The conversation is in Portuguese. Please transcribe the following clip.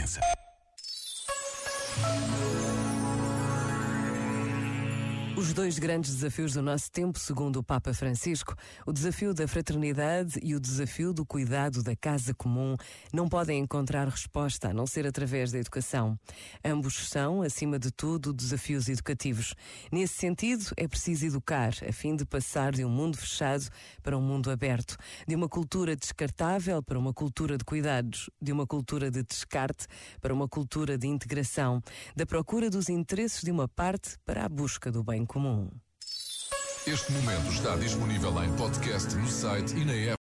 Renascença. Os dois grandes desafios do nosso tempo, segundo o Papa Francisco, o desafio da fraternidade e o desafio do cuidado da casa comum, não podem encontrar resposta a não ser através da educação. Ambos são, acima de tudo, desafios educativos. Nesse sentido, é preciso educar, a fim de passar de um mundo fechado para um mundo aberto, de uma cultura descartável para uma cultura de cuidados, de uma cultura de descarte para uma cultura de integração, da procura dos interesses de uma parte para a busca do bem comum. Este momento está disponível em podcast no site e na app.